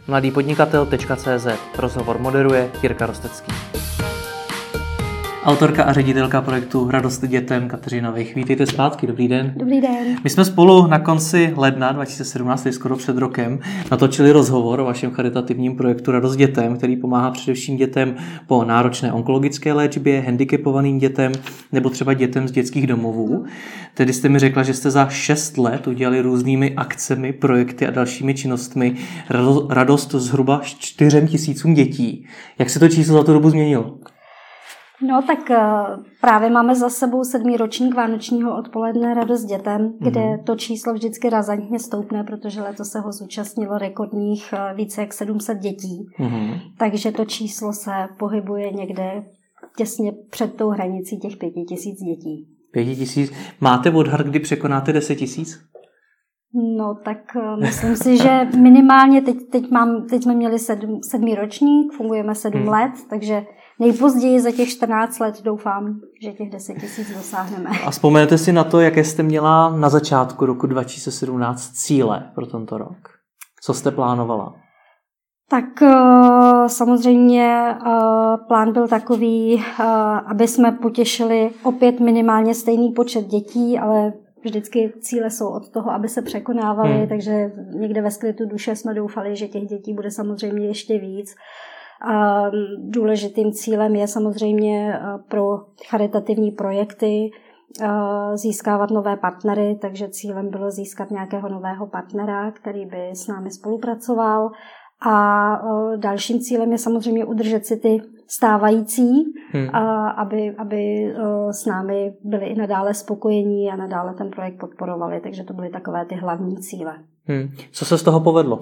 mladýpodnikatel.cz. Rozhovor moderuje Jirka Rostecký. Autorka a ředitelka projektu Radost dětem Kateřina Vich. Vítejte zpátky, dobrý den. Dobrý den. My jsme spolu na konci ledna 2017, skoro před rokem, natočili rozhovor o vašem charitativním projektu Radost dětem, který pomáhá především dětem po náročné onkologické léčbě, handicapovaným dětem nebo třeba dětem z dětských domovů. Tedy jste mi řekla, že jste za 6 let udělali různými akcemi, projekty a dalšími činnostmi radost zhruba 4 000 dětí. Jak se to číslo za tu dobu změnilo? No tak právě máme za sebou 7. ročník vánočního odpoledne Radost dětem, kde to číslo vždycky razantně stoupne, protože letos se ho zúčastnilo rekordních více jak 700 dětí. Takže to číslo se pohybuje někde těsně před tou hranicí těch 5 000 dětí. 5 000? Máte odhad, kdy překonáte 10 000? No tak myslím si, že minimálně teď jsme měli 7. ročník, fungujeme 7 let, takže nejpozději za těch 14 let doufám, že těch 10 000 dosáhneme. A vzpomenete si na to, jaké jste měla na začátku roku 2017 cíle pro tento rok? Co jste plánovala? Tak samozřejmě plán byl takový, aby jsme potěšili opět minimálně stejný počet dětí, ale vždycky cíle jsou od toho, aby se překonávaly, takže někde ve sklitu duše jsme doufali, že těch dětí bude samozřejmě ještě víc. Důležitým cílem je samozřejmě pro charitativní projekty získávat nové partnery, takže cílem bylo získat nějakého nového partnera, který by s námi spolupracoval. A dalším cílem je samozřejmě udržet si ty stávající, aby s námi byli i nadále spokojení a nadále ten projekt podporovali. Takže to byly takové ty hlavní cíle. Co se z toho povedlo?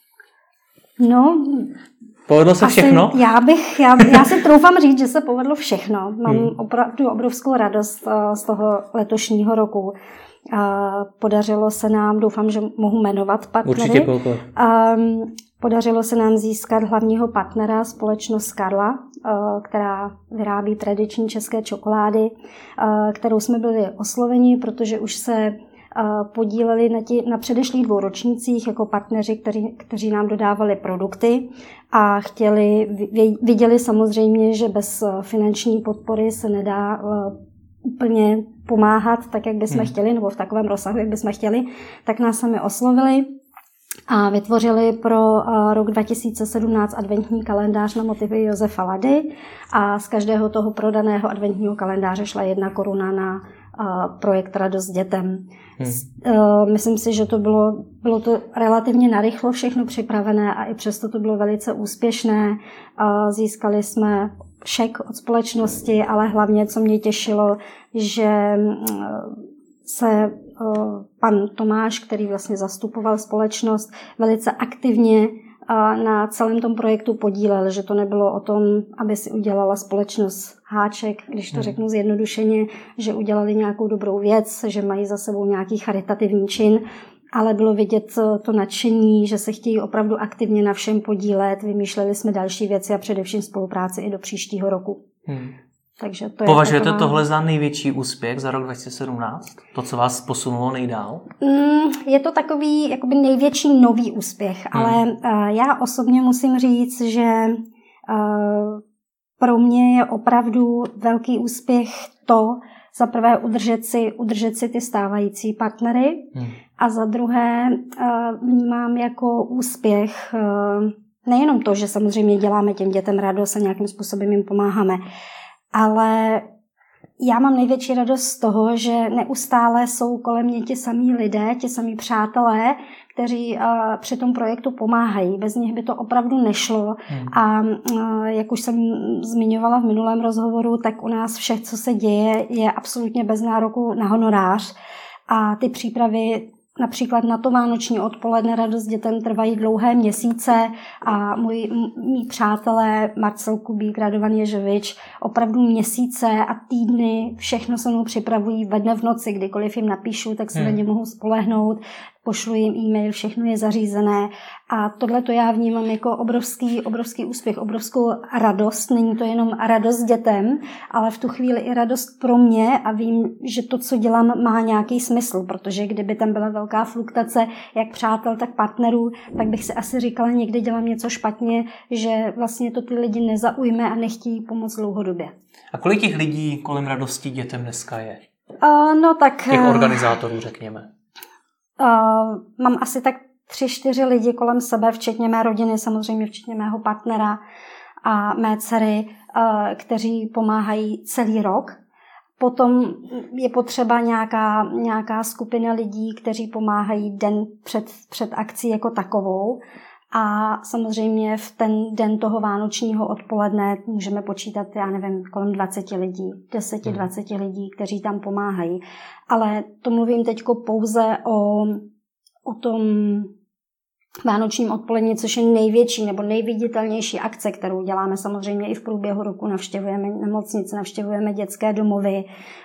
No, povedlo se všechno? Já si troufám říct, že se povedlo všechno. Mám opravdu obrovskou radost z toho letošního roku. Podařilo se nám, doufám, že mohu jmenovat partnery. Určitě. Podařilo se nám získat hlavního partnera, společnost Karla, která vyrábí tradiční české čokolády, kterou jsme byli osloveni, protože už se podíleli na předešlých 2 ročnících jako partneři, kteří nám dodávali produkty a viděli samozřejmě, že bez finanční podpory se nedá úplně pomáhat tak, jak bychom chtěli, nebo v takovém rozsahu, jak bychom chtěli, tak nás sami oslovili a vytvořili pro rok 2017 adventní kalendář na motivy Josefa Lady a z každého toho prodaného adventního kalendáře šla 1 koruna na projekt Radost dětem. Myslím si, že to bylo to relativně narychlo všechno připravené a i přesto to bylo velice úspěšné. Získali jsme šek od společnosti, ale hlavně, co mě těšilo, že se pan Tomáš, který vlastně zastupoval společnost, velice aktivně na celém tom projektu podílel, že to nebylo o tom, aby si udělala společnost háček, když to řeknu zjednodušeně, že udělali nějakou dobrou věc, že mají za sebou nějaký charitativní čin, ale bylo vidět to nadšení, že se chtějí opravdu aktivně na všem podílet, vymýšleli jsme další věci a především spolupráci i do příštího roku. Takže to považujete tohle za největší úspěch za rok 2017? To, co vás posunulo nejdál? Je to takový jakoby největší nový úspěch, ale já osobně musím říct, že pro mě je opravdu velký úspěch to, za prvé udržet si ty stávající partnery a za druhé vnímám jako úspěch nejenom to, že samozřejmě děláme těm dětem radost a nějakým způsobem jim pomáháme, ale já mám největší radost z toho, že neustále jsou kolem mě ti samí lidé, ti samí přátelé, kteří při tom projektu pomáhají. Bez nich by to opravdu nešlo. A jak už jsem zmiňovala v minulém rozhovoru, tak u nás vše, co se děje, je absolutně bez nároku na honorář. A ty přípravy například na to vánoční odpoledne Radost dětem trvají dlouhé měsíce a mý přátelé Marcel Kubík, Radovan Ježovič opravdu měsíce a týdny všechno se mnou připravují ve dne v noci, kdykoliv jim napíšu, tak se na ně mohu spolehnout. pošlu jim e-mail, všechno je zařízené a tohle to já vnímám jako obrovský úspěch, obrovskou radost. Není to jenom radost dětem, ale v tu chvíli i radost pro mě a vím, že to, co dělám, má nějaký smysl, protože kdyby tam byla velká fluktace jak přátel, tak partnerů, tak bych si asi říkala, někdy dělám něco špatně, že vlastně to ty lidi nezaujme a nechtějí pomoct dlouhodobě. A kolik těch lidí kolem radosti dětem dneska je? Těch organizátorů, řekněme. Mám asi tak 3-4 lidi kolem sebe, včetně mé rodiny, samozřejmě včetně mého partnera a mé dcery, kteří pomáhají celý rok. Potom je potřeba nějaká skupina lidí, kteří pomáhají den před akcí jako takovou. A samozřejmě v ten den toho vánočního odpoledne můžeme počítat, kolem 20 lidí, 10-20 lidí, kteří tam pomáhají. Ale to mluvím teďko pouze o tom vánočním odpolední, což je největší nebo nejviditelnější akce, kterou děláme samozřejmě i v průběhu roku. Navštěvujeme nemocnice, navštěvujeme dětské domovy,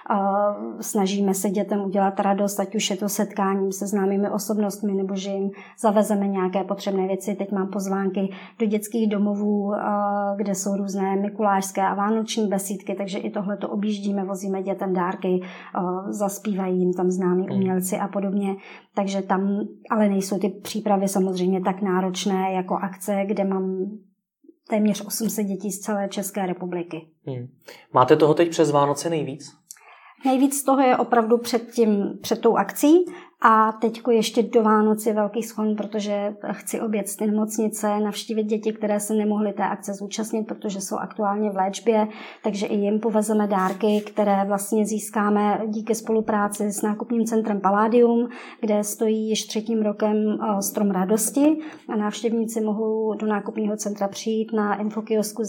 snažíme se dětem udělat radost, ať už je to setkáním se známými osobnostmi, nebo že jim zavezeme nějaké potřebné věci. Teď mám pozvánky do dětských domovů, kde jsou různé mikulášské a vánoční besídky, takže i tohle to objíždíme, vozíme dětem dárky, zaspívají jim tam známí umělci a podobně. Takže tam ale nejsou ty přípravy samozřejmě tak náročné jako akce, kde mám téměř 800 dětí z celé České republiky. Máte toho teď přes Vánoce nejvíc? Nejvíc toho je opravdu před tou akcí a teďko ještě do Vánoc je velký schon, protože chci objet ty nemocnice, navštívit děti, které se nemohly té akce zúčastnit, protože jsou aktuálně v léčbě, takže i jim povezeme dárky, které vlastně získáme díky spolupráci s nákupním centrem Palladium, kde stojí již 3. rokem Strom radosti a návštěvníci mohou do nákupního centra přijít, na infokiosku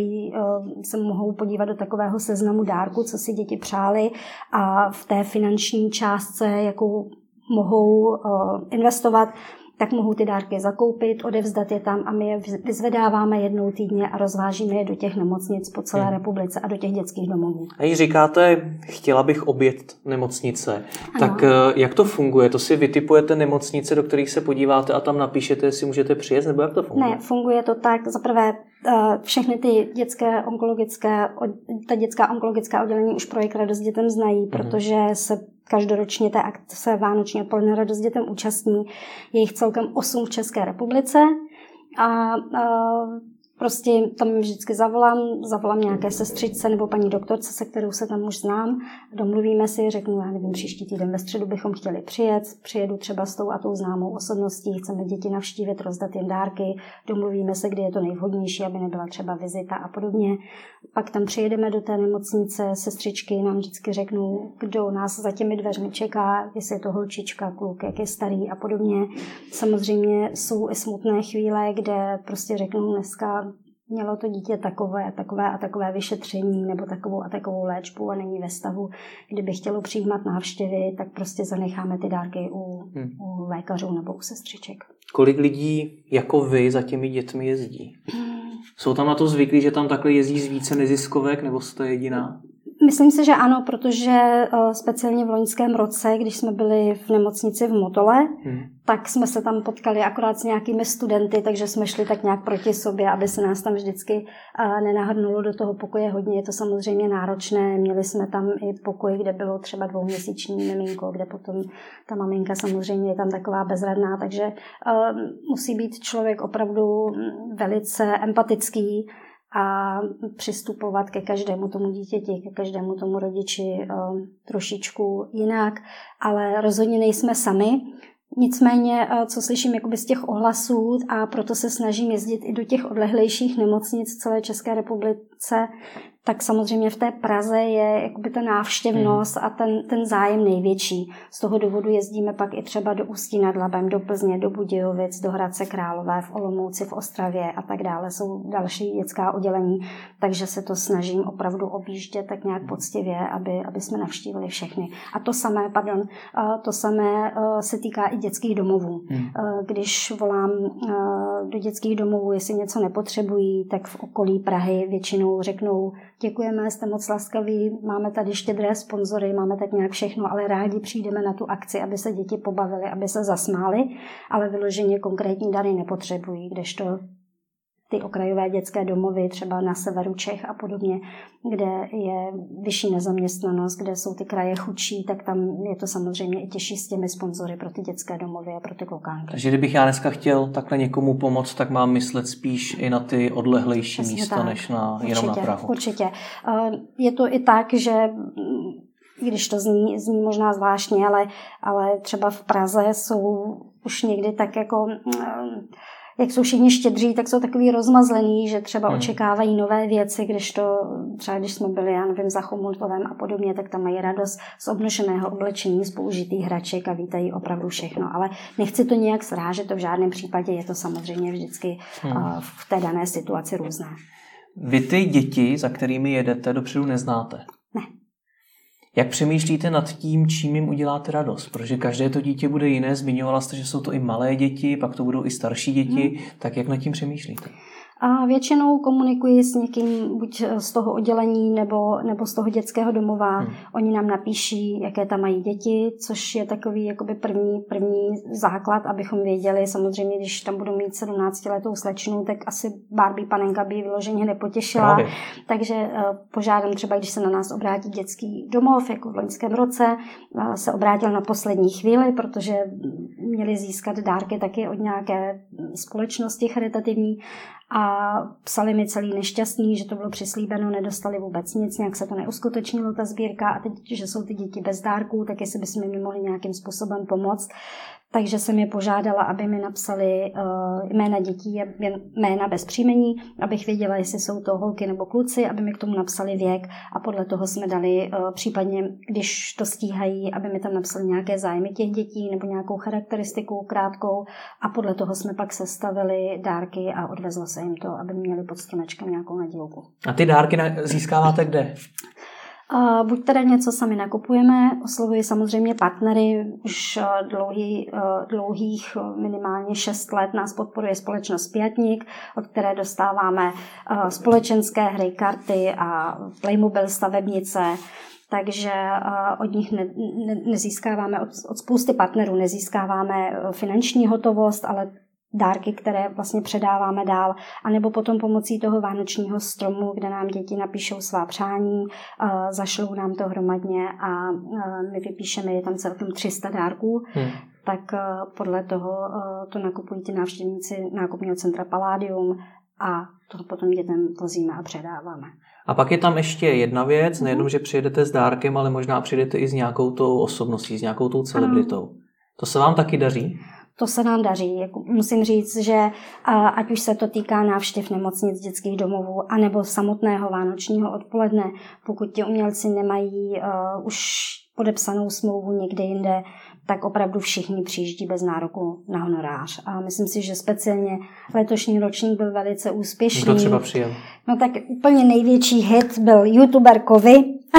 se mohou podívat do takového seznamu dárků, co si děti přáli a v té finanční částce, jakou mohou investovat, tak mohou ty dárky zakoupit, odevzdat je tam a my je vyzvedáváme jednou týdně a rozvážíme je do těch nemocnic po celé republice a do těch dětských domovů. A když říkáte, chtěla bych objet nemocnice, tak jak to funguje? To si vytipujete nemocnice, do kterých se podíváte a tam napíšete, jestli můžete přijet, nebo jak to funguje? Ne, funguje to tak, zaprvé všechny ty dětská onkologická oddělení už projekt Radost dětem znají, protože se každoročně té akce Vánoční odpoledne Radost dětem účastní. Je jich celkem 8 v České republice a prostě tam vždycky zavolám nějaké sestřičce nebo paní doktorce, se kterou se tam už znám, domluvíme si, řeknu, příští týden ve středu bychom chtěli přijedu třeba s tou a tou známou osobností, chceme děti navštívit, rozdat jim dárky, domluvíme se, kdy je to nejvhodnější, aby nebyla třeba vizita a podobně. Pak tam přijedeme do té nemocnice, sestřičky nám vždycky řeknou, kdo nás za těmi dveřmi čeká, jestli je to holčička, kluk, jak je starý a podobně. Samozřejmě jsou i smutné chvíle, kde prostě řeknou dneska mělo to dítě takové vyšetření nebo takovou a takovou léčbu a není ve stavu, kdyby chtělo přijímat návštěvy, tak prostě zanecháme ty dárky u lékařů nebo u sestřiček. Kolik lidí jako vy za těmi dětmi jezdí? Jsou tam na to zvyklí, že tam takhle jezdí z více neziskovek, nebo jste jediná? Myslím si, že ano, protože speciálně v loňském roce, když jsme byli v nemocnici v Motole, tak jsme se tam potkali akorát s nějakými studenty, takže jsme šli tak nějak proti sobě, aby se nás tam vždycky nenahrnulo do toho pokoje hodně. Je to samozřejmě náročné. Měli jsme tam i pokoj, kde bylo třeba 2měsíční miminko, kde potom ta maminka samozřejmě je tam taková bezradná, takže musí být člověk opravdu velice empatický a přistupovat ke každému tomu dítěti, ke každému tomu rodiči trošičku jinak, ale rozhodně nejsme sami. Nicméně, co slyším jakoby z těch ohlasů a proto se snažím jezdit i do těch odlehlejších nemocnic v celé České republice, tak samozřejmě v té Praze je jakoby ta návštěvnost a ten zájem největší. Z toho důvodu jezdíme pak i třeba do Ústí nad Labem, do Plzně, do Budějovic, do Hradce Králové, v Olomouci, v Ostravě a tak dále. Jsou další dětská oddělení, takže se to snažím opravdu objíždět tak nějak poctivě, aby jsme navštívili všechny. A to samé se týká i dětských domovů. Když volám do dětských domovů, jestli něco nepotřebují, tak v okolí Prahy většinou většinou řeknou, děkujeme, jste moc laskaví, máme tady štědré sponzory, máme tak nějak všechno, ale rádi přijdeme na tu akci, aby se děti pobavily, aby se zasmály, ale vyloženě konkrétní dary nepotřebují, kdežto ty okrajové dětské domovy, třeba na severu Čech a podobně, kde je vyšší nezaměstnanost, kde jsou ty kraje chudší, tak tam je to samozřejmě i těžší s těmi sponzory pro ty dětské domovy a pro ty klokánky. Takže kdybych já dneska chtěl takhle někomu pomoct, tak mám myslet spíš i na ty odlehlejší Přesně místa, tak. než na, Určitě, jenom na Prahu. Určitě. Je to i tak, že když to zní možná zvláštně, ale třeba v Praze jsou už někdy tak jako, jak jsou všichni štědří, tak jsou takový rozmazlený, že třeba očekávají nové věci, když jsme byli, já nevím, za Chomutlovem a podobně, tak tam mají radost z obnošeného oblečení, z použitých hraček a vítají opravdu všechno. Ale nechci to nějak srážet, to v žádném případě, je to samozřejmě vždycky v té dané situaci různé. Vy ty děti, za kterými jedete, dopředu neznáte? Ne. Jak přemýšlíte nad tím, čím jim uděláte radost? Protože každé to dítě bude jiné. Zmiňovala jste, že jsou to i malé děti, pak to budou i starší děti. Tak jak nad tím přemýšlíte? A většinou komunikuji s někým buď z toho oddělení nebo z toho dětského domova. Oni nám napíší, jaké tam mají děti, což je takový jakoby první základ, abychom věděli. Samozřejmě, když tam budu mít 17letou slečnu, tak asi Barbie panenka by ji vyloženě nepotěšila. Právě. Takže požádám třeba, když se na nás obrátí dětský domov, jako v loňském roce, se obrátil na poslední chvíli, protože měli získat dárky taky od nějaké společnosti charitativní. A psali mi celý nešťastný, že to bylo přislíbeno, nedostali vůbec nic, nějak se to neuskutečnilo, ta sbírka, a teď, že jsou ty děti bez dárků, tak jestli bychom jim mohli nějakým způsobem pomoct. Takže jsem je požádala, aby mi napsali jména dětí, jména bez příjmení, abych věděla, jestli jsou to holky nebo kluci, aby mi k tomu napsali věk a podle toho jsme dali případně, když to stíhají, aby mi tam napsali nějaké zájmy těch dětí nebo nějakou charakteristiku krátkou a podle toho jsme pak sestavili dárky a odvezlo se jim to, aby měli pod stromečkem nějakou nadílku. A ty dárky získáváte kde? Buď teda něco sami nakupujeme, oslovuji samozřejmě partnery, už dlouhých minimálně 6 let nás podporuje společnost Piatník, od které dostáváme společenské hry, karty a Playmobil stavebnice, takže od nich nezískáváme, od spousty partnerů nezískáváme finanční hotovost, ale dárky, které vlastně předáváme dál, anebo potom pomocí toho vánočního stromu, kde nám děti napíšou svá přání, zašlou nám to hromadně a my vypíšeme, je tam celkem 300 dárků, tak podle toho to nakupují ty návštěvníci nákupního centra Palladium a to potom dětem vozíme a předáváme. A pak je tam ještě jedna věc, nejenom, že přijedete s dárkem, ale možná přijedete i s nějakou tou osobností, s nějakou tou celebritou. To se vám taky daří? To se nám daří. Musím říct, že ať už se to týká návštěv nemocnic, dětských domovů, anebo samotného vánočního odpoledne, pokud ti umělci nemají už podepsanou smlouvu někde jinde, tak opravdu všichni přijíždí bez nároku na honorář. A myslím si, že speciálně letošní ročník byl velice úspěšný. Kdo třeba přijel? No tak úplně největší hit byl youtuber Kovy.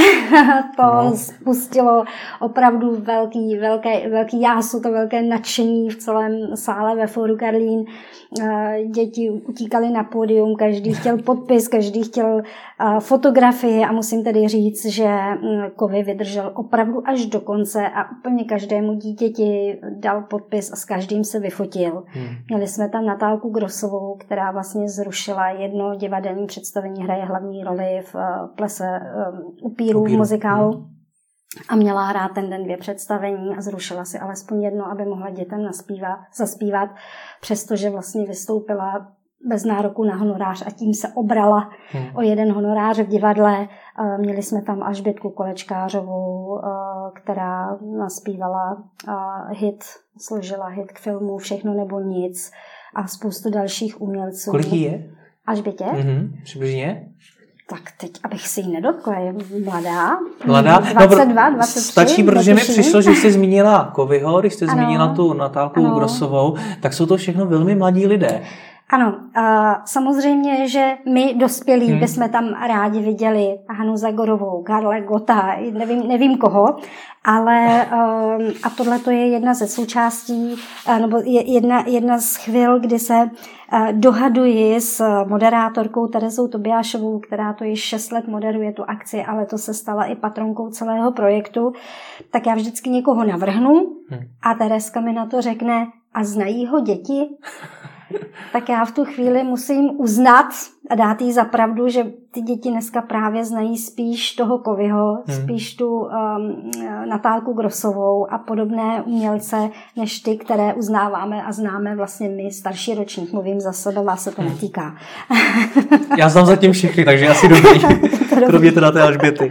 To spustilo opravdu velký jásu, to velké nadšení v celém sále ve Fóru Karlín. Děti utíkaly na pódium, každý chtěl podpis, každý chtěl fotografii a musím tedy říct, že Kovy vydržel opravdu až do konce a úplně každému dítěti dal podpis a s každým se vyfotil. Měli jsme tam Natálku Grossovou, která vlastně zrušila jedno divadelní představení, hraje hlavní roli v plese Upíru v muzikálu a měla hrát ten den 2 představení a zrušila si alespoň jedno, aby mohla dětem zaspívat, přestože vlastně vystoupila bez nároku na honorář a tím se obrala o jeden honorář v divadle. Měli jsme tam Alžbětku Kolečkářovou, která naspívala hit, složila hit k filmu Všechno nebo nic a spoustu dalších umělců. Kolik jí je? Alžbětě? Přibližně? Tak teď, abych si ji nedotkla, je mladá. 22, 23. Stačí, protože mi přišlo, že jsi zmínila Kovyho, když jsi zmínila tu Natálku Grossovou, tak jsou to všechno velmi mladí lidé. Ano, samozřejmě, že my dospělí bychom tam rádi viděli Hanu Zagorovou, Karla Gotta, nevím koho, ale a tohle to je jedna ze součástí, nebo jedna z chvil, kdy se dohaduji s moderátorkou Terezou Tobiášovou, která to již 6 let moderuje tu akci, ale to se stala i patronkou celého projektu, tak já vždycky někoho navrhnu a Terezka mi na to řekne, a znají ho děti? Tak já v tu chvíli musím uznat a dát jí za pravdu, že ty děti dneska právě znají spíš toho Kovyho, spíš tu Natálku Grossovou a podobné umělce, než ty, které uznáváme a známe vlastně my, starší ročník. Mluvím za sebe, vás se to netýká. Já znám zatím všechny, takže asi dobrý. Kromě teda té Alžběty.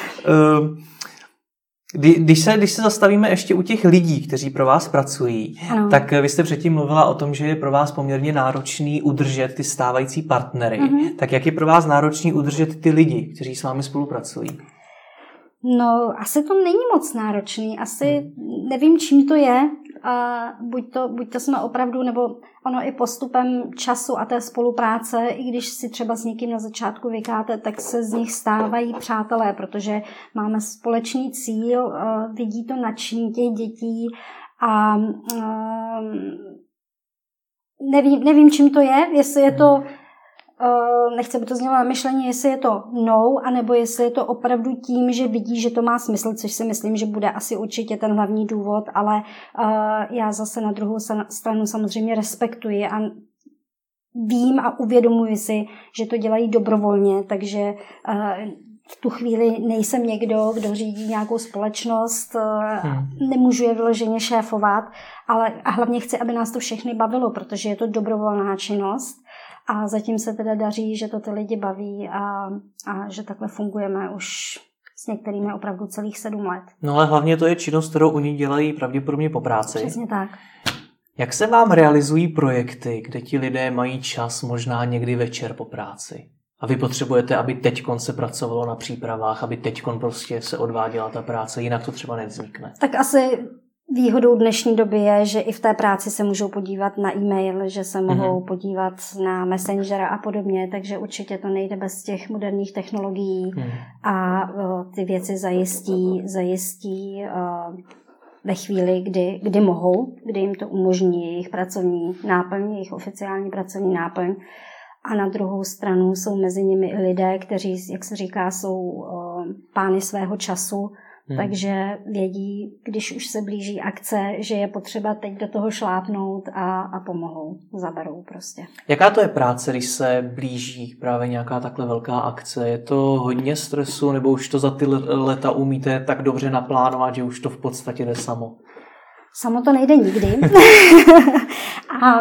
Když se zastavíme ještě u těch lidí, kteří pro vás pracují, ano. Tak vy jste předtím mluvila o tom, že je pro vás poměrně náročný udržet ty stávající partnery. Tak jak je pro vás náročný udržet ty lidi, kteří s vámi spolupracují? No, asi to není moc náročný. Asi nevím, čím to je. Buď to jsme opravdu, nebo ono i postupem času a té spolupráce, i když si třeba s někým na začátku vykáte, tak se z nich stávají přátelé, protože máme společný cíl, vidí to nadšení těch dětí a nevím, čím to je, jestli je to nechci by to znělo na myšlení, jestli je to anebo jestli je to opravdu tím, že vidí, že to má smysl, což si myslím, že bude asi určitě ten hlavní důvod, ale já zase na druhou stranu samozřejmě respektuji a vím a uvědomuji si, že to dělají dobrovolně, takže v tu chvíli nejsem někdo, kdo řídí nějakou společnost, nemůžu je vyloženě šéfovat, a hlavně chci, aby nás to všechny bavilo, protože je to dobrovolná činnost. A zatím se teda daří, že to ty lidi baví a že takhle fungujeme už s některými opravdu celých 7 let. No ale hlavně to je činnost, kterou oni dělají pravděpodobně po práci. Přesně tak. Jak se vám realizují projekty, kde ti lidé mají čas možná někdy večer po práci? A vy potřebujete, aby teďkon se pracovalo na přípravách, aby teďkon prostě se odváděla ta práce, jinak to třeba nevznikne. Tak asi výhodou dnešní doby je, že i v té práci se můžou podívat na e-mail, že se mohou podívat na Messengera a podobně, takže určitě to nejde bez těch moderních technologií a ty věci zajistí ve chvíli, kdy mohou, kdy jim to umožní jejich pracovní náplň, jejich oficiální pracovní náplň. A na druhou stranu jsou mezi nimi i lidé, kteří, jak se říká, jsou pány svého času, takže vědí, když už se blíží akce, že je potřeba teď do toho šlápnout a pomohou, zaberou prostě. Jaká to je práce, když se blíží právě nějaká takhle velká akce? Je to hodně stresu, nebo už to za ty leta umíte tak dobře naplánovat, že už to v podstatě jde samo? Samo to nejde nikdy. A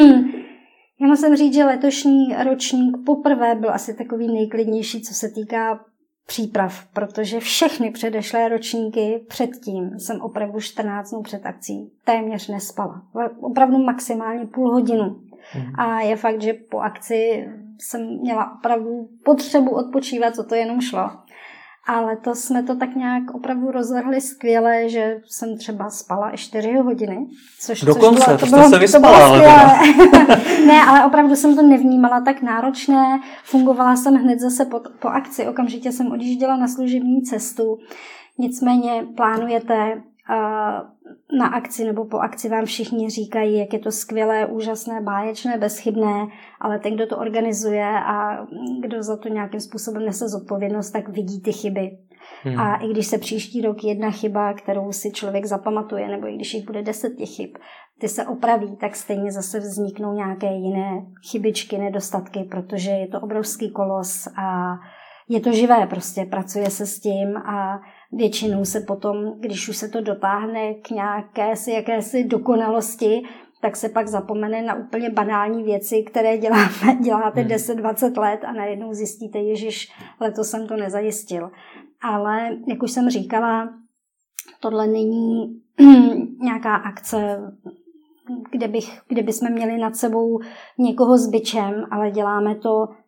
já musím říct, že letošní ročník poprvé byl asi takový nejklidnější, co se týká příprav, protože všechny předešlé ročníky předtím jsem opravdu 14 dnů před akcí téměř nespala. Opravdu maximálně půl hodinu. A je fakt, že po akci jsem měla opravdu potřebu odpočívat, co to jenom šlo. Ale to jsme to tak nějak opravdu rozvrhli skvěle, že jsem třeba spala i 4 hodiny. Dokonce, to jste se vyspala. Ne, ale opravdu jsem to nevnímala tak náročné. Fungovala jsem hned zase po akci. Okamžitě jsem odjížděla na služební cestu. Nicméně plánujete na akci nebo po akci vám všichni říkají, jak je to skvělé, úžasné, báječné, bezchybné, ale ten, kdo to organizuje a kdo za to nějakým způsobem nese zodpovědnost, tak vidí ty chyby. A i když se příští rok jedna chyba, kterou si člověk zapamatuje, nebo i když jich bude 10 těch chyb, ty se opraví, tak stejně zase vzniknou nějaké jiné chybičky, nedostatky, protože je to obrovský kolos a je to živé prostě, pracuje se s tím a většinou se potom, když už se to dotáhne k jakési dokonalosti, tak se pak zapomene na úplně banální věci, které děláte 10-20 let a najednou zjistíte, ježiš, letos jsem to nezajistil. Ale, jak už jsem říkala, tohle není nějaká akce, kde bychom měli nad sebou někoho s bičem, ale děláme to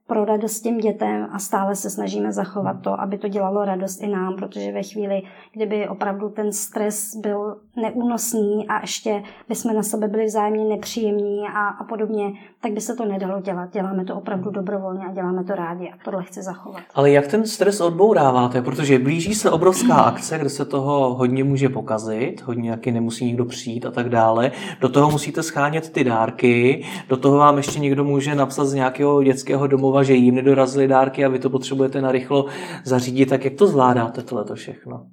pro radost těm dětem a stále se snažíme zachovat to, aby to dělalo radost i nám, protože ve chvíli, kdyby opravdu ten stres byl neúnosný a ještě bychom na sebe byli vzájemně nepříjemní a podobně, tak by se to nedalo dělat. Děláme to opravdu dobrovolně a děláme to rádi a tohle chci zachovat. Ale jak ten stres odbouráváte? Protože blíží se obrovská akce, kde se toho hodně může pokazit, hodně taky nemusí nikdo přijít a tak dále. Do toho musíte schánět ty dárky, do toho vám ještě někdo může napsat z nějakého dětského domova, že jim nedorazily dárky a vy to potřebujete narychlo zařídit. Tak jak to zvládáte tohleto všechno?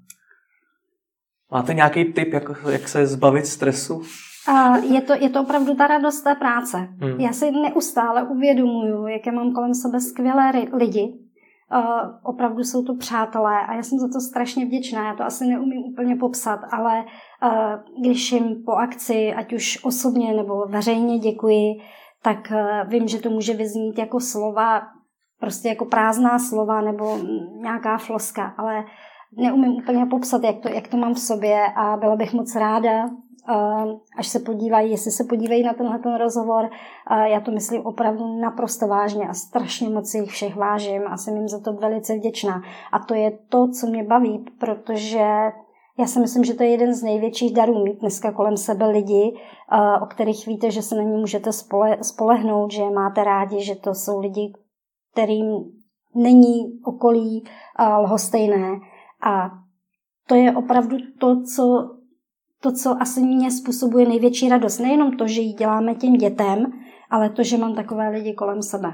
Máte nějaký tip, jak se zbavit stresu? Je to opravdu ta radost té práce. Já si neustále uvědomuju, jaké mám kolem sebe skvělé lidi. Opravdu jsou to přátelé a já jsem za to strašně vděčná. Já to asi neumím úplně popsat, ale když jim po akci, ať už osobně nebo veřejně děkuji, tak vím, že to může vyznít jako slova, prostě jako prázdná slova nebo nějaká floska, ale neumím úplně popsat, jak to mám v sobě a byla bych moc ráda, až se podívají, jestli se podívají na tenhle rozhovor. Já to myslím opravdu naprosto vážně a strašně moc jich všech vážím a jsem jim za to velice vděčná. A to je to, co mě baví, protože já si myslím, že to je jeden z největších darů mít dneska kolem sebe lidi, o kterých víte, že se na ně můžete spolehnout, že je máte rádi, že to jsou lidi, kterým není okolí lhostejné. A to je opravdu to, co asi mě způsobuje největší radost. Nejenom to, že ji děláme těm dětem, ale to, že mám takové lidi kolem sebe.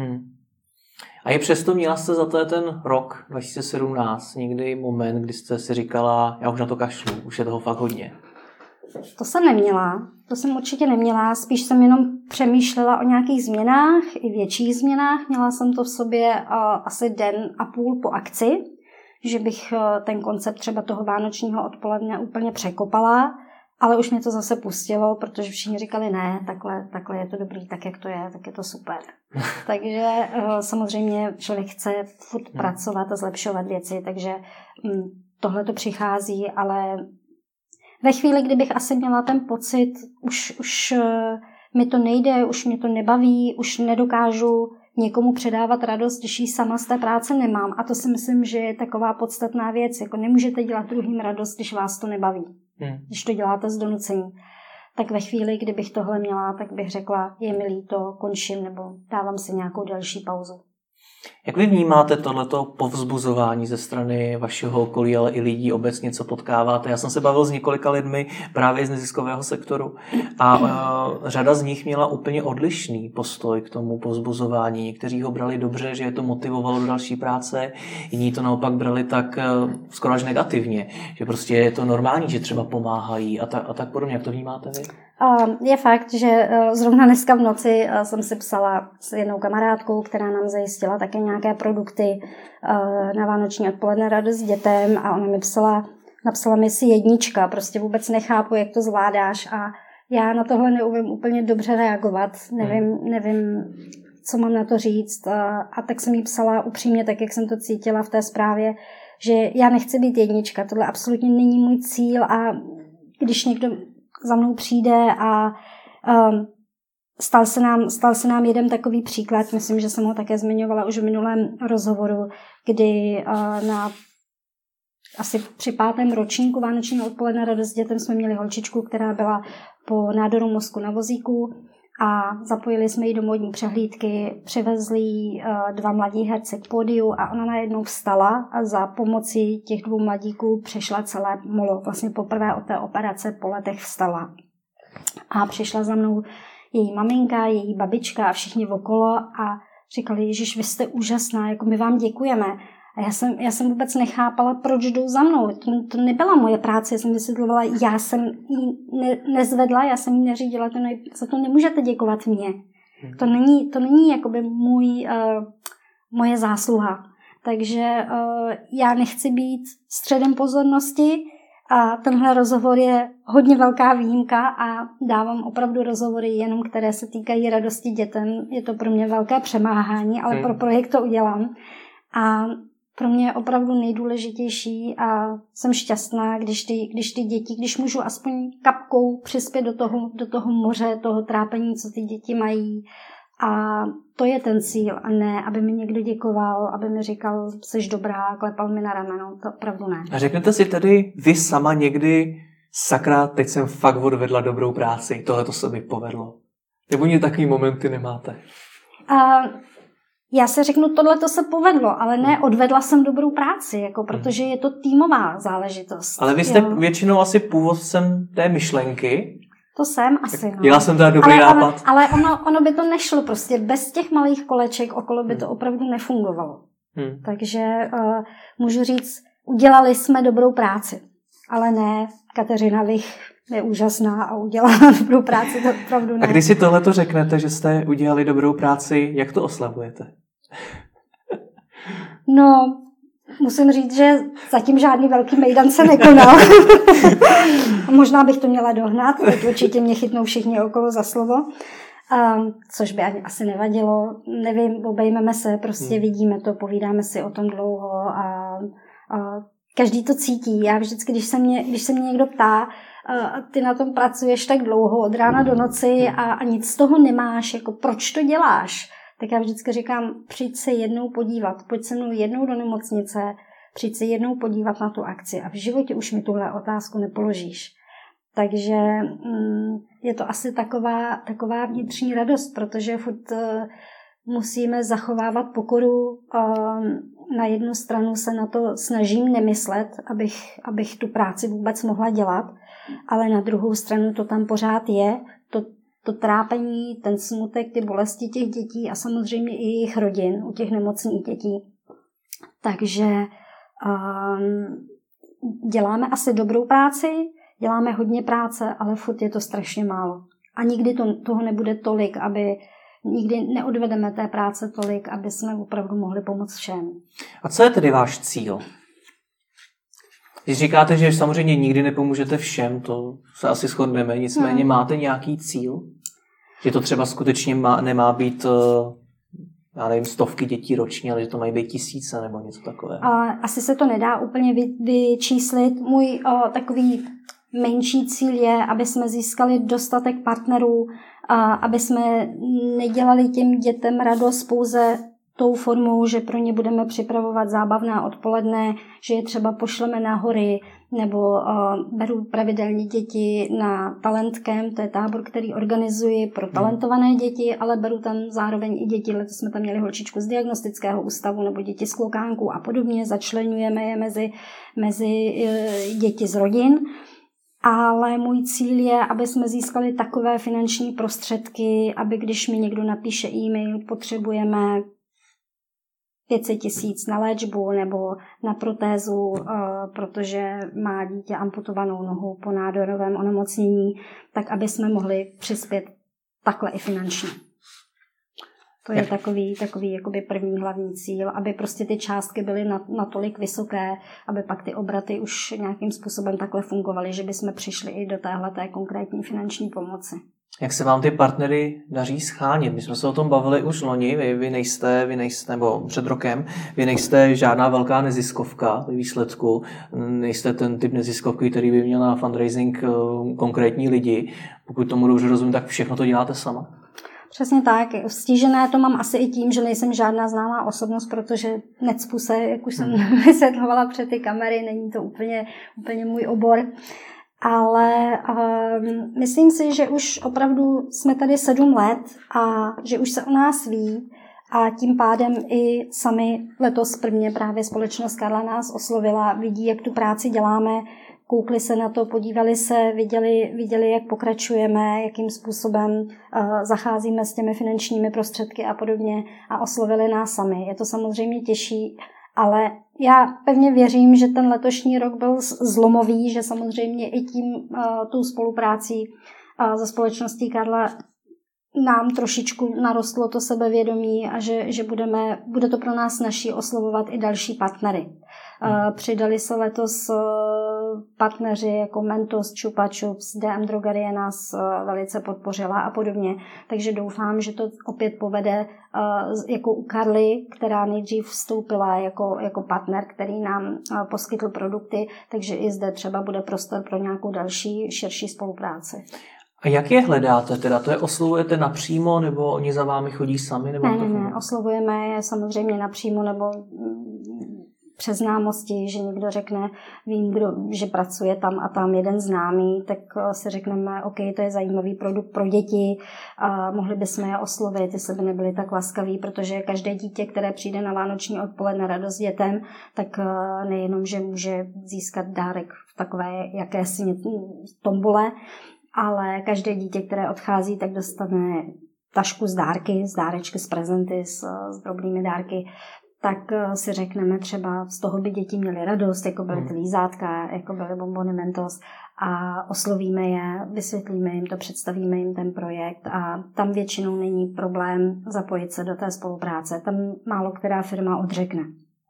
A je přesto měla jste za ten rok 2017 někdy moment, kdy jste si říkala, já už na to kašlu, už je toho fakt hodně? To jsem neměla. To jsem určitě neměla. Spíš jsem jenom přemýšlela o nějakých změnách, i větších změnách. Měla jsem to v sobě asi den a půl po akci, že bych ten koncept třeba toho vánočního odpoledne úplně překopala, ale už mě to zase pustilo, protože všichni říkali ne, takhle je to dobrý, tak jak to je, tak je to super. Takže samozřejmě člověk chce furt pracovat a zlepšovat věci, takže tohle to přichází, ale ve chvíli, kdybych asi měla ten pocit, už mi to nejde, už mě to nebaví, už nedokážu někomu předávat radost, když ji sama z té práce nemám. A to si myslím, že je taková podstatná věc. Jako nemůžete dělat druhým radost, když vás to nebaví. Když to děláte z donucení. Tak ve chvíli, kdybych tohle měla, tak bych řekla, je mi líto, končím nebo dávám si nějakou další pauzu. Jak vy vnímáte tohleto povzbuzování ze strany vašeho okolí, ale i lidí obecně, co potkáváte? Já jsem se bavil s několika lidmi právě z neziskového sektoru a řada z nich měla úplně odlišný postoj k tomu povzbuzování. Někteří ho brali dobře, že je to motivovalo do další práce, jiní to naopak brali tak skoro až negativně, že prostě je to normální, že třeba pomáhají a tak podobně. Jak to vnímáte vy? Je fakt, že zrovna dneska v noci jsem si psala s jednou kamarádkou, která nám zajistila také nějaké produkty na vánoční odpoledne radost dětem a ona mi napsala mi si 1, prostě vůbec nechápu, jak to zvládáš a já na tohle neumím úplně dobře reagovat, nevím, co mám na to říct a tak jsem jí psala upřímně, tak jak jsem to cítila v té zprávě, že já nechci být 1, tohle absolutně není můj cíl a když někdo za mnou přijde a stal se nám jeden takový příklad, myslím, že jsem ho také zmiňovala už v minulém rozhovoru, kdy asi při 5. ročníku vánočního odpoledne radost dětem jsme měli holčičku, která byla po nádoru mozku na vozíku a zapojili jsme ji do módní přehlídky, přivezli 2 mladí herci k pódiu a ona najednou vstala a za pomoci těch 2 mladíků přešla celé molo. Vlastně poprvé od té operace po letech vstala. A přišla za mnou její maminka, její babička a všichni okolo a říkali, Ježiš, vy jste úžasná, jako my vám děkujeme. A já jsem vůbec nechápala, proč jdou za mnou. To nebyla moje práce, já jsem vysvětlovala, já jsem ji nezvedla, já jsem ji neřídila, za to nemůžete děkovat mně. To není jakoby moje zásluha. Takže já nechci být středem pozornosti a tenhle rozhovor je hodně velká výjimka a dávám opravdu rozhovory jenom, které se týkají radosti dětem. Je to pro mě velké přemáhání, ale pro projekt to udělám. A pro mě je opravdu nejdůležitější a jsem šťastná, když ty děti, když můžu aspoň kapkou přispět do toho moře, toho trápení, co ty děti mají A to je ten cíl, a ne, aby mi někdo děkoval, aby mi říkal, jsi dobrá, klepal mi na rameno, to opravdu ne. A řeknete si tedy vy sama někdy, sakra, teď jsem fakt odvedla dobrou práci, tohle to se mi povedlo. Nebo mě takový momenty nemáte? Já se řeknu, tohle to se povedlo, ale ne, odvedla jsem dobrou práci, jako, protože je to týmová záležitost. Ale vy jste většinou asi původcem té myšlenky. To jsem asi, no. Já jsem teda dobrý nápad. Ale ono by to nešlo prostě. Bez těch malých koleček okolo by to opravdu nefungovalo. Takže můžu říct, udělali jsme dobrou práci. Ale ne, Kateřina Vich je úžasná a udělala dobrou práci, to opravdu ne. A když si tohleto řeknete, že jste udělali dobrou práci, jak to oslavujete? No, musím říct, že zatím žádný velký mejdan se nekonal. Možná bych to měla dohnat, teď určitě mě chytnou všichni okolo za slovo, což by asi nevadilo. Nevím, obejmeme se, prostě vidíme to, povídáme si o tom dlouho a každý to cítí. Já vždycky, když se mě někdo ptá, ty na tom pracuješ tak dlouho, od rána do noci a nic z toho nemáš, jako proč to děláš? Tak já vždycky říkám, přijď se jednou podívat, pojď se mnou jednou do nemocnice, přijď se jednou podívat na tu akci a v životě už mi tuhle otázku nepoložíš. Takže je to asi taková vnitřní radost, protože furt musíme zachovávat pokoru. Na jednu stranu se na to snažím nemyslet, abych tu práci vůbec mohla dělat, ale na druhou stranu to tam pořád je, to trápení, ten smutek, ty bolesti těch dětí a samozřejmě i jejich rodin, u těch nemocných dětí. Takže děláme asi dobrou práci, děláme hodně práce, ale furt je to strašně málo. A nikdy toho nebude tolik, nikdy neodvedeme té práce tolik, aby jsme opravdu mohli pomoct všem. A co je tedy váš cíl? Když říkáte, že samozřejmě nikdy nepomůžete všem, to se asi shodneme, nicméně máte nějaký cíl? Že to třeba skutečně nemá být, já nevím, stovky dětí ročně, ale že to mají být tisíce nebo něco takového? Asi se to nedá úplně vyčíslit. Můj takový menší cíl je, aby jsme získali dostatek partnerů, aby jsme nedělali těm dětem radost pouze tou formou, že pro ně budeme připravovat zábavná odpoledne, že je třeba pošleme na hory, nebo beru pravidelně děti na Talent Camp, to je tábor, který organizuji pro talentované děti, ale beru tam zároveň i děti, letos jsme tam měli holčičku z diagnostického ústavu nebo děti z klokánku a podobně, začleňujeme je mezi děti z rodin. Ale můj cíl je, aby jsme získali takové finanční prostředky, aby když mi někdo napíše e-mail, potřebujeme 500 000 na léčbu nebo na protézu, protože má dítě amputovanou nohu po nádorovém onemocnění, tak aby jsme mohli přispět takhle i finančně. To je takový jakoby první hlavní cíl, aby prostě ty částky byly natolik vysoké, aby pak ty obraty už nějakým způsobem takhle fungovaly, že bychom přišli i do téhleté konkrétní finanční pomoci. Jak se vám ty partnery daří schánět? My jsme se o tom bavili už loni, vy nejste, nebo před rokem, vy nejste žádná velká neziskovka ve výsledku, nejste ten typ neziskovky, který by měl na fundraising konkrétní lidi. Pokud tomu dobře rozumím, tak všechno to děláte sama? Přesně tak. Stížené to mám asi i tím, že nejsem žádná známá osobnost, protože necpu se, jak už jsem vysvětlovala před ty kamery, není to úplně můj obor. Ale myslím si, že už opravdu jsme tady 7 let a že už se o nás ví a tím pádem i sami letos prvně právě společnost Karla nás oslovila, vidí, jak tu práci děláme, koukli se na to, podívali se, viděli, jak pokračujeme, jakým způsobem zacházíme s těmi finančními prostředky a podobně a oslovili nás sami. Je to samozřejmě těžší, ale já pevně věřím, že ten letošní rok byl zlomový, že samozřejmě i tou spoluprácí se společností Karla nám trošičku narostlo to sebevědomí a že bude to pro nás snazší oslovovat i další partnery. Přidali se letos partneři jako Mentos, Chupa Chups, DM Drogerie nás velice podpořila a podobně. Takže doufám, že to opět povede jako u Karly, která nejdřív vstoupila jako partner, který nám poskytl produkty, takže i zde třeba bude prostor pro nějakou další širší spolupráci. A jak je hledáte teda? To je oslovujete napřímo, nebo oni za vámi chodí sami? Nebo Ne, oslovujeme je samozřejmě napřímo, nebo přes známosti, že někdo řekne, vím, že pracuje tam a tam jeden známý, tak si řekneme, OK, to je zajímavý produkt pro děti, a mohli bychom je oslovit, jestli by nebyli tak laskaví, protože každé dítě, které přijde na vánoční odpoledne radost dětem, tak nejenom, že může získat dárek v takové jakési tombole, ale každé dítě, které odchází, tak dostane tašku z dárky, z dárečky, z prezenty, s drobnými dárky, tak si řekneme třeba, z toho by děti měly radost, jako byly ty lízátka, jako byly bonbony Mentos, a oslovíme je, vysvětlíme jim to, představíme jim ten projekt a tam většinou není problém zapojit se do té spolupráce. Tam málo která firma odřekne.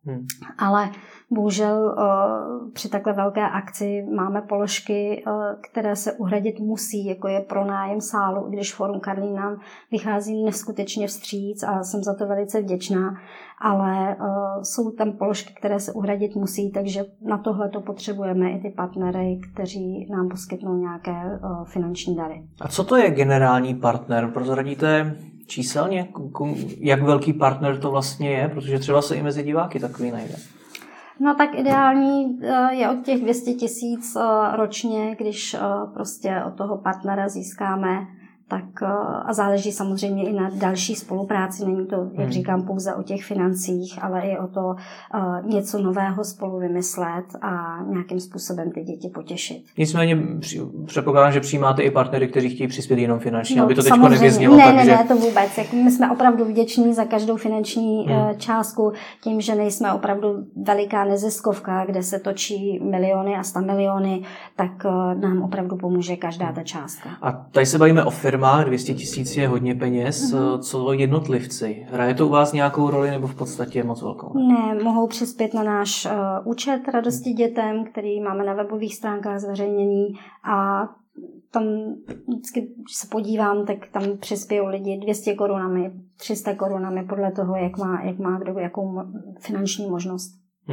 Ale bohužel při takhle velké akci máme položky, které se uhradit musí, jako je pronájem sálu, když Fórum Karlín nám vychází neskutečně vstříc a jsem za to velice vděčná, ale jsou tam položky, které se uhradit musí, takže na tohle to potřebujeme i ty partnery, kteří nám poskytnou nějaké finanční dary. A co to je generální partner? Prozradíte číselně, jak velký partner to vlastně je, protože třeba se i mezi diváky takový najde. No tak ideální je od těch 200 000 ročně, když prostě od toho partnera získáme, tak a záleží samozřejmě i na další spolupráci. Není to, jak říkám, pouze o těch financích, ale i o to něco nového spolu vymyslet a nějakým způsobem ty děti potěšit. Nicméně předpokládám, že přijímáte i partnery, kteří chtějí přispět jenom finančně, aby to teďko nevyznělo. Ne, to vůbec. My jsme opravdu vděční za každou finanční částku, tím, že nejsme opravdu veliká neziskovka, kde se točí miliony a 100 miliony, tak nám opravdu pomůže každá ta částka. A tady se bavíme o firmách, 200 000 je hodně peněz. Co jednotlivci? Hraje to u vás nějakou roli nebo v podstatě moc velkou? Ne, mohou přispět na náš účet Radosti dětem, který máme na webových stránkách zveřejněný a tam vždycky, když se podívám, tak tam přispějou lidi 200 korunami, 300 korunami podle toho, jak má kdo jakou finanční možnost.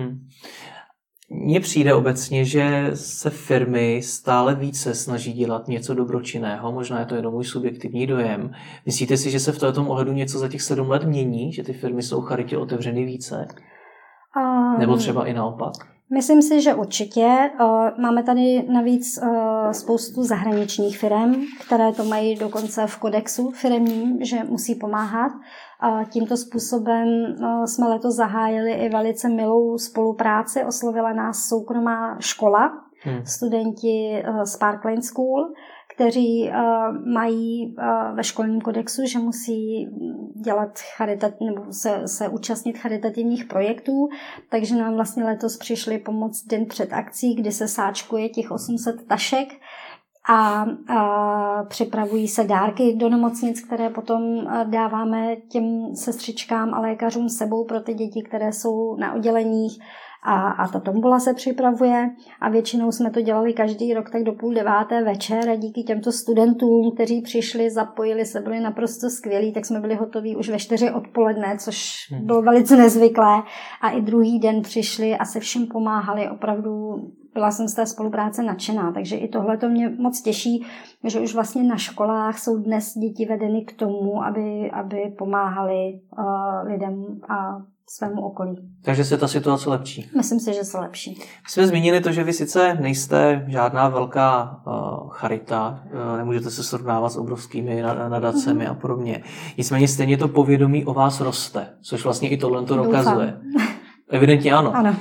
Mně přijde obecně, že se firmy stále více snaží dělat něco dobročinného, možná je to jenom můj subjektivní dojem. Myslíte si, že se v tom ohledu něco za těch 7 let mění, že ty firmy jsou charitě otevřeny více? Nebo třeba i naopak? Myslím si, že určitě. Máme tady navíc spoustu zahraničních firm, které to mají dokonce v kodexu firemním, že musí pomáhat. Tímto způsobem jsme letos zahájili i velice milou spolupráci. Oslovila nás soukromá škola, studenti z Parkland School, kteří mají ve školním kodexu, že musí dělat nebo se účastnit charitativních projektů, takže nám vlastně letos přišli pomoct den před akcí, kdy se sáčkuje těch 800 tašek a připravují se dárky do nemocnic, které potom dáváme těm sestřičkám a lékařům s sebou pro ty děti, které jsou na odděleních. A ta tombola se připravuje a většinou jsme to dělali každý rok tak do 8:30 večer a díky těmto studentům, kteří přišli, zapojili se, byli naprosto skvělí, tak jsme byli hotoví už ve 4 odpoledne, což bylo velice nezvyklé a i druhý den přišli a se vším pomáhali, opravdu byla jsem z té spolupráce nadšená, takže i tohle to mě moc těší, že už vlastně na školách jsou dnes děti vedeny k tomu, aby pomáhali lidem a svému okolí. Takže se ta situace lepší? Myslím si, že se lepší. My jsme zmínili to, že vy sice nejste žádná velká charita, nemůžete se srovnávat s obrovskými nadacemi a podobně. Nicméně stejně to povědomí o vás roste, což vlastně i tohle to dokazuje. Evidentně ano. Ano.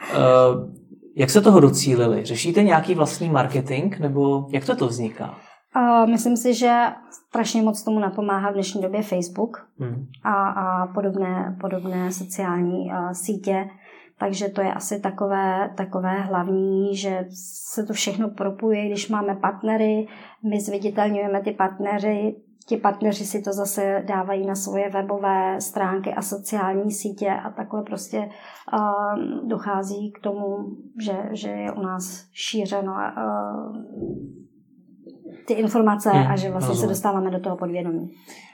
Jak se toho docílili? Řešíte nějaký vlastní marketing, nebo jak to vzniká? Myslím si, že strašně moc tomu napomáhá v dnešní době Facebook a podobné sociální sítě. Takže to je asi takové hlavní, že se to všechno propuje, když máme partnery, my zviditelňujeme ty partnery, ti partneři si to zase dávají na svoje webové stránky a sociální sítě a takhle prostě dochází k tomu, že je u nás šířeno ty informace a že vlastně se dostáváme do toho podvědomí.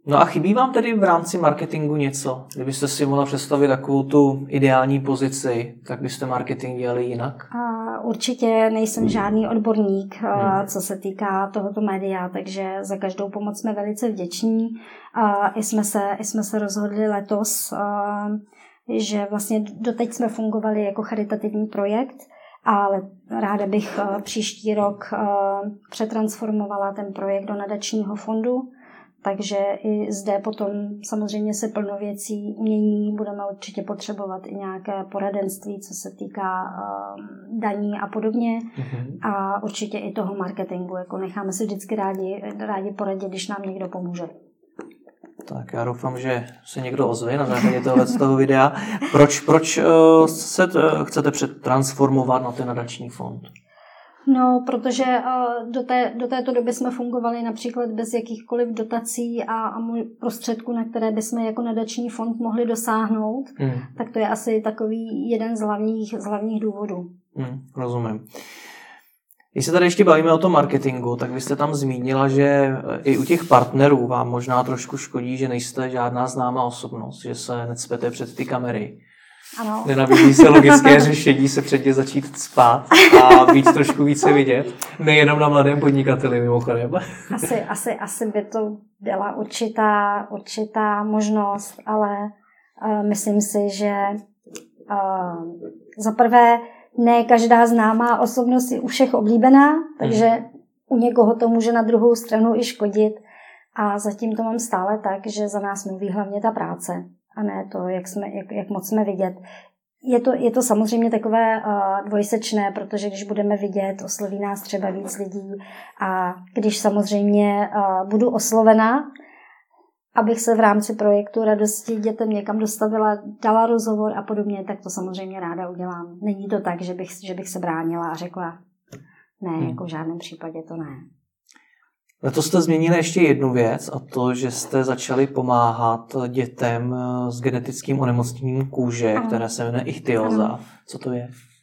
No a chybí vám tedy v rámci marketingu něco? Kdybyste si mohla představit takovou tu ideální pozici, tak byste marketing dělali jinak? Určitě nejsem žádný odborník, co se týká tohoto média, takže za každou pomoc jsme velice vděční. I jsme se rozhodli letos, že vlastně doteď jsme fungovali jako charitativní projekt, ale ráda bych příští rok přetransformovala ten projekt do nadačního fondu. Takže i zde potom samozřejmě se plno věcí mění, budeme určitě potřebovat i nějaké poradenství, co se týká daní a podobně. A určitě i toho marketingu, jako necháme si vždycky rádi poradit, když nám někdo pomůže. Tak já doufám, že se někdo ozve na základě toho videa. Proč se chcete přetransformovat na ten nadační fond? No, protože do této doby jsme fungovali například bez jakýchkoliv dotací a prostředků, na které bychom jako nadační fond mohli dosáhnout. Tak to je asi takový jeden z hlavních důvodů. Rozumím. Když se tady ještě bavíme o tom marketingu, tak vy jste tam zmínila, že i u těch partnerů vám možná trošku škodí, že nejste žádná známá osobnost, že se necpete před ty kamery. Ano. Nenabízí se logické řešení se předtě začít spát a být trošku více vidět. Nejenom na mladém podnikateli mimochodem. Asi by to byla určitá možnost, ale myslím si, že za prvé ne každá známá osobnost je u všech oblíbená, takže u někoho to může na druhou stranu i škodit. A zatím to mám stále tak, že za nás mluví hlavně ta práce a ne to, jak moc jsme vidět. Je to samozřejmě takové dvojsečné, protože když budeme vidět, osloví nás třeba víc lidí a když samozřejmě budu oslovena, abych se v rámci projektu Radosti dětem někam dostavila, dala rozhovor a podobně, tak to samozřejmě ráda udělám. Není to tak, že bych se bránila a řekla ne, jako v žádném případě to ne. Letos jste změnili ještě jednu věc a to, že jste začali pomáhat dětem s genetickým onemocněním kůže, které se jmenuje ichtyoza. Co to je?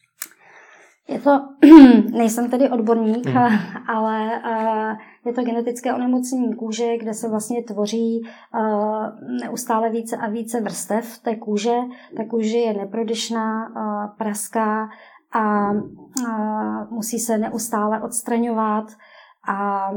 Nejsem tedy odborník, ale je to genetické onemocnění kůže, kde se vlastně tvoří neustále více a více vrstev té kůže. Ta kůže je neprodyšná, praská a musí se neustále odstraňovat a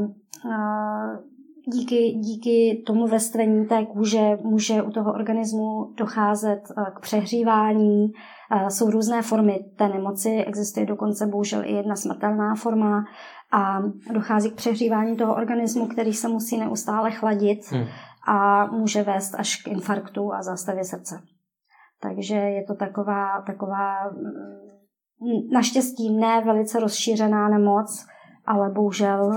díky tomu vrstvení té kůže může u toho organismu docházet k přehřívání. Jsou různé formy té nemoci, existuje dokonce bohužel i jedna smrtelná forma a dochází k přehřívání toho organismu, který se musí neustále chladit a může vést až k infarktu a zástavě srdce. Takže je to taková naštěstí ne velice rozšířená nemoc, ale bohužel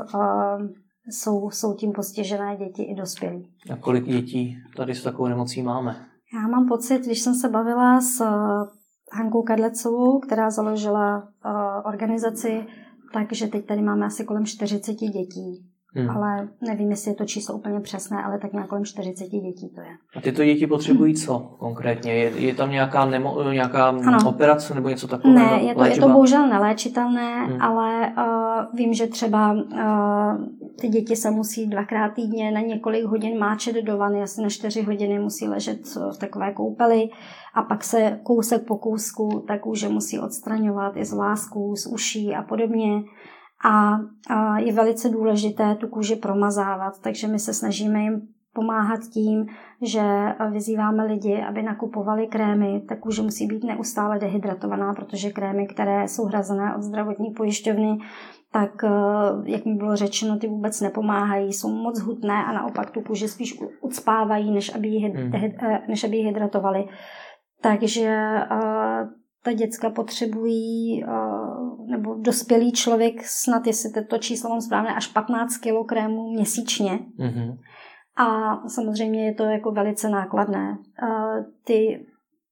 jsou tím postižené děti i dospělí. A kolik dětí tady s takovou nemocí máme? Já mám pocit, když jsem se bavila s Hankou Kadlecovou, která založila organizaci, takže teď tady máme asi kolem 40 dětí. Ale nevím, jestli je to číslo úplně přesné, ale tak nějak kolem 40 dětí to je. A tyto děti potřebují co konkrétně? Je tam nějaká operace nebo něco takového? Ne, je to bohužel neléčitelné, ale vím, že třeba ty děti se musí 2x týdně na několik hodin máčet do vany, asi na 4 hodiny musí ležet v takové koupeli a pak se kousek po kousku ta kůže musí odstraňovat i z vlásků, z uší a podobně. A je velice důležité tu kůži promazávat, takže my se snažíme jim pomáhat tím, že vyzýváme lidi, aby nakupovali krémy. Ta kůže musí být neustále dehydratovaná, protože krémy, které jsou hrazené od zdravotní pojišťovny, tak, jak mi bylo řečeno, ty vůbec nepomáhají, jsou moc hutné a naopak tu kůži spíš ucpávají, než aby ji hydratovali. Takže ta děcka potřebují, nebo dospělý člověk, snad jestli to číslo mám správné, až 15 kg krému měsíčně. A samozřejmě je to jako velice nákladné. Ty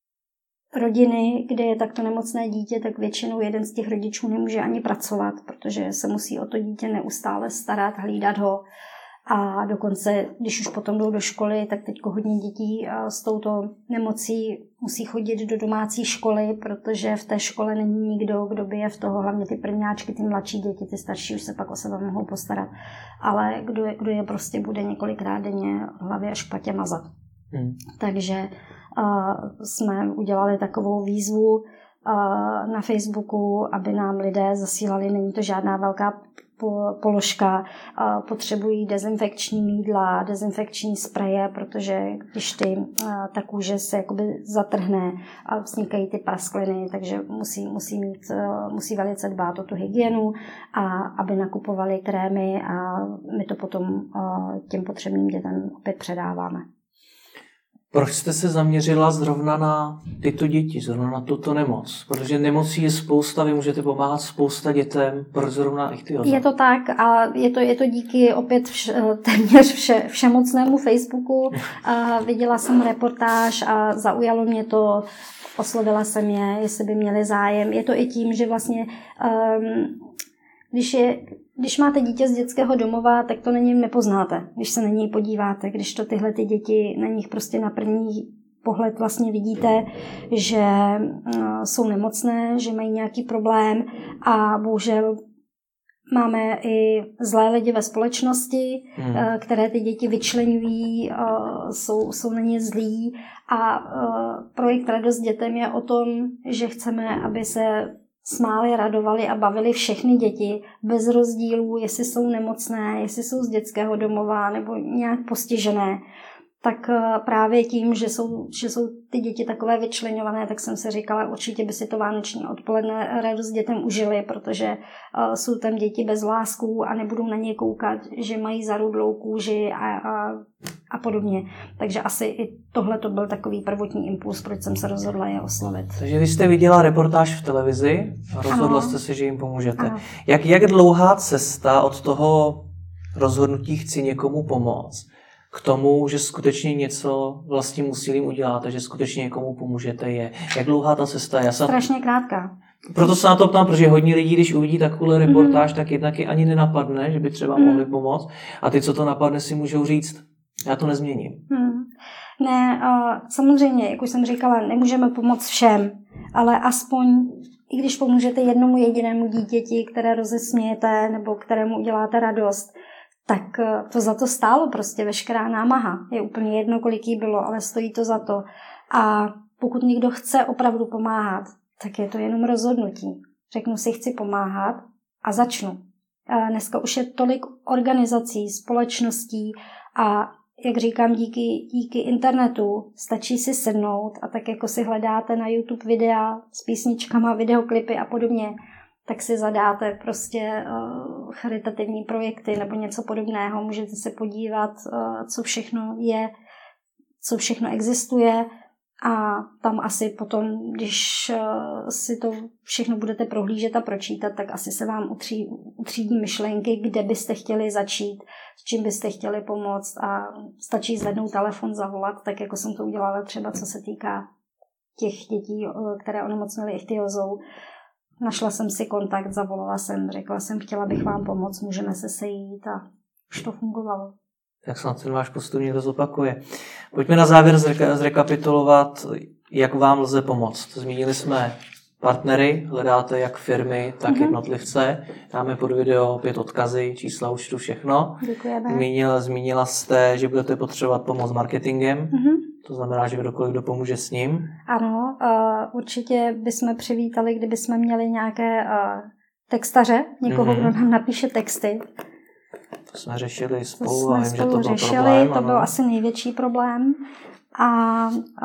rodiny, kde je takto nemocné dítě, tak většinou jeden z těch rodičů nemůže ani pracovat, protože se musí o to dítě neustále starat, hlídat ho. A dokonce, když už potom jdou do školy, tak teď hodně dětí s touto nemocí musí chodit do domácí školy, protože v té škole není nikdo, kdo by je v toho, hlavně ty prvňáčky, ty mladší děti, ty starší už se pak o sebe mohou postarat. Ale kdo je prostě bude několikrát denně v hlavě až špatě mazat. Takže jsme udělali takovou výzvu na Facebooku, aby nám lidé zasílali, není to žádná velká položka, potřebují dezinfekční mýdla, dezinfekční spreje, protože když ta kůže se jakoby zatrhne a vznikají ty praskliny, takže musí velice dbát o tu hygienu a aby nakupovali krémy a my to potom těm potřebným dětem opět předáváme. Proč jste se zaměřila zrovna na tyto děti, zrovna na tuto nemoc? Protože nemocí je spousta, vy můžete pomáhat spousta dětem, proč zrovna ichtyozom? Je to tak a je to díky opět téměř všemocnému Facebooku. Viděla jsem reportáž a zaujalo mě to, oslovila jsem je, jestli by měli zájem. Je to i tím, že vlastně když máte dítě z dětského domova, tak to nepoznáte, když se na něj podíváte, když to tyhle ty děti, na nich prostě na první pohled vlastně vidíte, že jsou nemocné, že mají nějaký problém a bohužel máme i zlé lidi ve společnosti, které ty děti vyčleňují, jsou na ně zlí a projekt Radost dětem je o tom, že chceme, aby se smáli, radovali a bavili všechny děti bez rozdílů, jestli jsou nemocné, jestli jsou z dětského domova nebo nějak postižené. Tak právě tím, že jsou ty děti takové vyčleňované, tak jsem si říkala, určitě by si to vánoční odpoledne Radost dětem užili, protože jsou tam děti bez vlásků a nebudou na ně koukat, že mají zarudlou kůži a podobně. Takže asi i tohle to byl takový prvotní impuls, proč jsem se rozhodla je oslovit. Takže vy jste viděla reportáž v televizi a rozhodla jste se, že jim pomůžete. Ano. Jak dlouhá cesta od toho rozhodnutí chci někomu pomoct k tomu, že skutečně něco vlastním úsilím uděláte, že skutečně někomu pomůžete je? Jak dlouhá ta cesta je? Strašně krátká. Proto se na to ptám, protože hodně lidí, když uvidí takovou reportáž, tak jednak je ani nenapadne, že by třeba mohli pomoct. A ty, co to napadne, si můžou říct, já to nezměním. Ne, samozřejmě, jak už jsem říkala, nemůžeme pomoct všem, ale aspoň, i když pomůžete jednomu jedinému dítěti, které rozesmějete nebo kterému uděláte radost, tak to za to stálo prostě veškerá námaha. Je úplně jedno, kolik jí bylo, ale stojí to za to. A pokud někdo chce opravdu pomáhat, tak je to jenom rozhodnutí. Řeknu si, chci pomáhat a začnu. Dneska už je tolik organizací, společností a jak říkám, díky internetu stačí si sednout a tak jako si hledáte na YouTube videa s písničkama, videoklipy a podobně, tak si zadáte prostě charitativní projekty nebo něco podobného. Můžete se podívat, co všechno je, co všechno existuje a tam asi potom, když si to všechno budete prohlížet a pročítat, tak asi se vám utřídí myšlenky, kde byste chtěli začít, s čím byste chtěli pomoct a stačí zvednout telefon, zavolat, tak jako jsem to udělala třeba, co se týká těch dětí, které onemocněly ichtyozou. Našla jsem si kontakt, zavolala jsem, řekla jsem, chtěla bych vám pomoct, můžeme se sejít a už to fungovalo. Tak snad ten váš postup někdo zopakuje. Pojďme na závěr zrekapitulovat, jak vám lze pomoct. Zmínili jsme partnery, hledáte jak firmy, tak jednotlivce. Dáme pod video opět odkazy, čísla, účtu, všechno. Děkujeme. Zmínila jste, že budete potřebovat pomoc s marketingem. To znamená, že kdokoliv pomůže s ním. Ano, určitě bychom přivítali, kdyby jsme měli nějaké textaře, někoho, kdo nám napíše texty. To jsme řešili spolu a vím, že to byl řešili, problém. To byl asi největší problém. A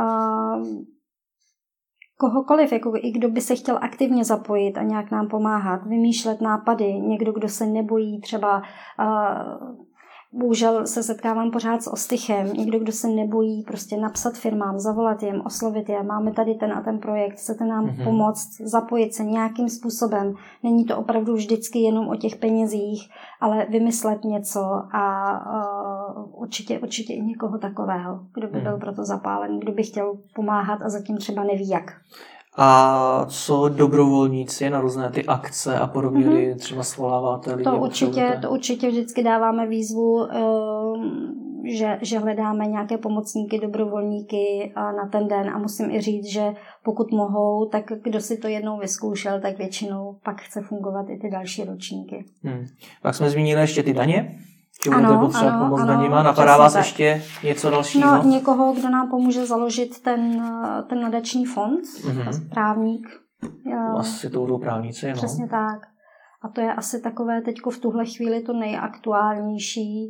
kohokoliv, jako i kdo by se chtěl aktivně zapojit a nějak nám pomáhat, vymýšlet nápady, někdo, kdo se nebojí třeba, bohužel se setkávám pořád s ostychem, někdo, kdo se nebojí prostě napsat firmám, zavolat jim, oslovit je, máme tady ten a ten projekt, chcete nám pomoct, zapojit se nějakým způsobem. Není to opravdu vždycky jenom o těch penězích, ale vymyslet něco a určitě i někoho takového, kdo by byl proto zapálený, kdo by chtěl pomáhat a zatím třeba neví jak. A co dobrovolníci na různé ty akce a podobně, kdy třeba svoláváte lidi? To určitě vždycky dáváme výzvu, že hledáme nějaké pomocníky, dobrovolníky na ten den a musím i říct, že pokud mohou, tak kdo si to jednou vyzkoušel, tak většinou pak chce fungovat i ty další ročníky. Pak jsme zmínili ještě ty daně. Či budete potřebovat pomoc daněma? Napadá vás ještě něco dalšího? No, někoho, kdo nám pomůže založit ten nadační fond, právník. Asi to budou právníci, no. Přesně tak. A to je asi takové teďko v tuhle chvíli to nejaktuálnější,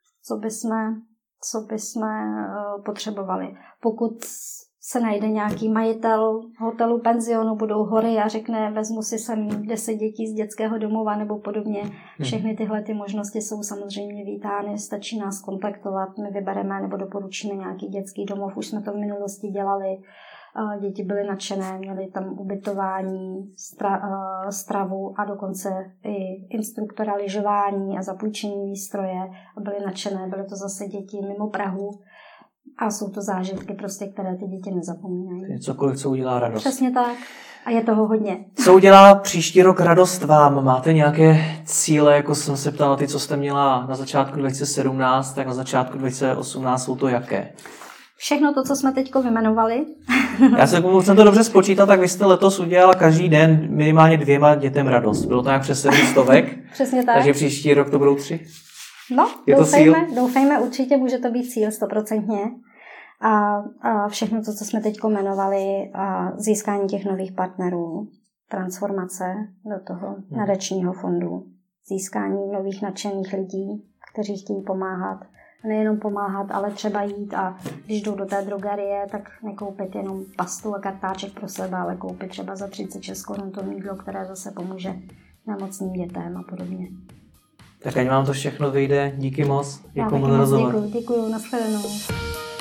co bychom potřebovali. Pokud se najde nějaký majitel hotelu, penzionu, budou hory a řekne, vezmu si sem 10 dětí z dětského domova nebo podobně. Všechny tyhle ty možnosti jsou samozřejmě vítány, stačí nás kontaktovat, my vybereme nebo doporučíme nějaký dětský domov, už jsme to v minulosti dělali, děti byly nadšené, měly tam ubytování, stravu a dokonce i instruktora lyžování a zapůjčení výstroje a byly nadšené, byly to zase děti mimo Prahu. A jsou to zážitky, prostě, které ty děti nezapomínají. Cokoliv, co udělá radost. Přesně tak. A je toho hodně. Co udělá příští rok radost vám? Máte nějaké cíle, jako jsem se ptala, ty, co jste měla na začátku 2017, tak na začátku 2018 jsou to jaké? Všechno to, co jsme teďko vyjmenovali. Já se chcem to dobře spočítat, tak vy jste letos udělala každý den minimálně 2 dětem radost. Bylo to nějak přes 700. Přesně tak. Takže příští rok to budou 3. No, doufejme, určitě může to být cíl 100%. A všechno to, co jsme teď jmenovali, a získání těch nových partnerů, transformace do toho nadačního fondu, získání nových nadšených lidí, kteří chtějí pomáhat. Nejenom pomáhat, ale třeba jít a když jdou do té drogerie, tak nekoupit jenom pastu a kartáček pro sebe, ale koupit třeba za 36 korun to jídlo, které zase pomůže nemocným dětem a podobně. Tak ať vám to všechno vyjde. Díky moc. Děkuji za rozhovor. Děkuji, nashledanou.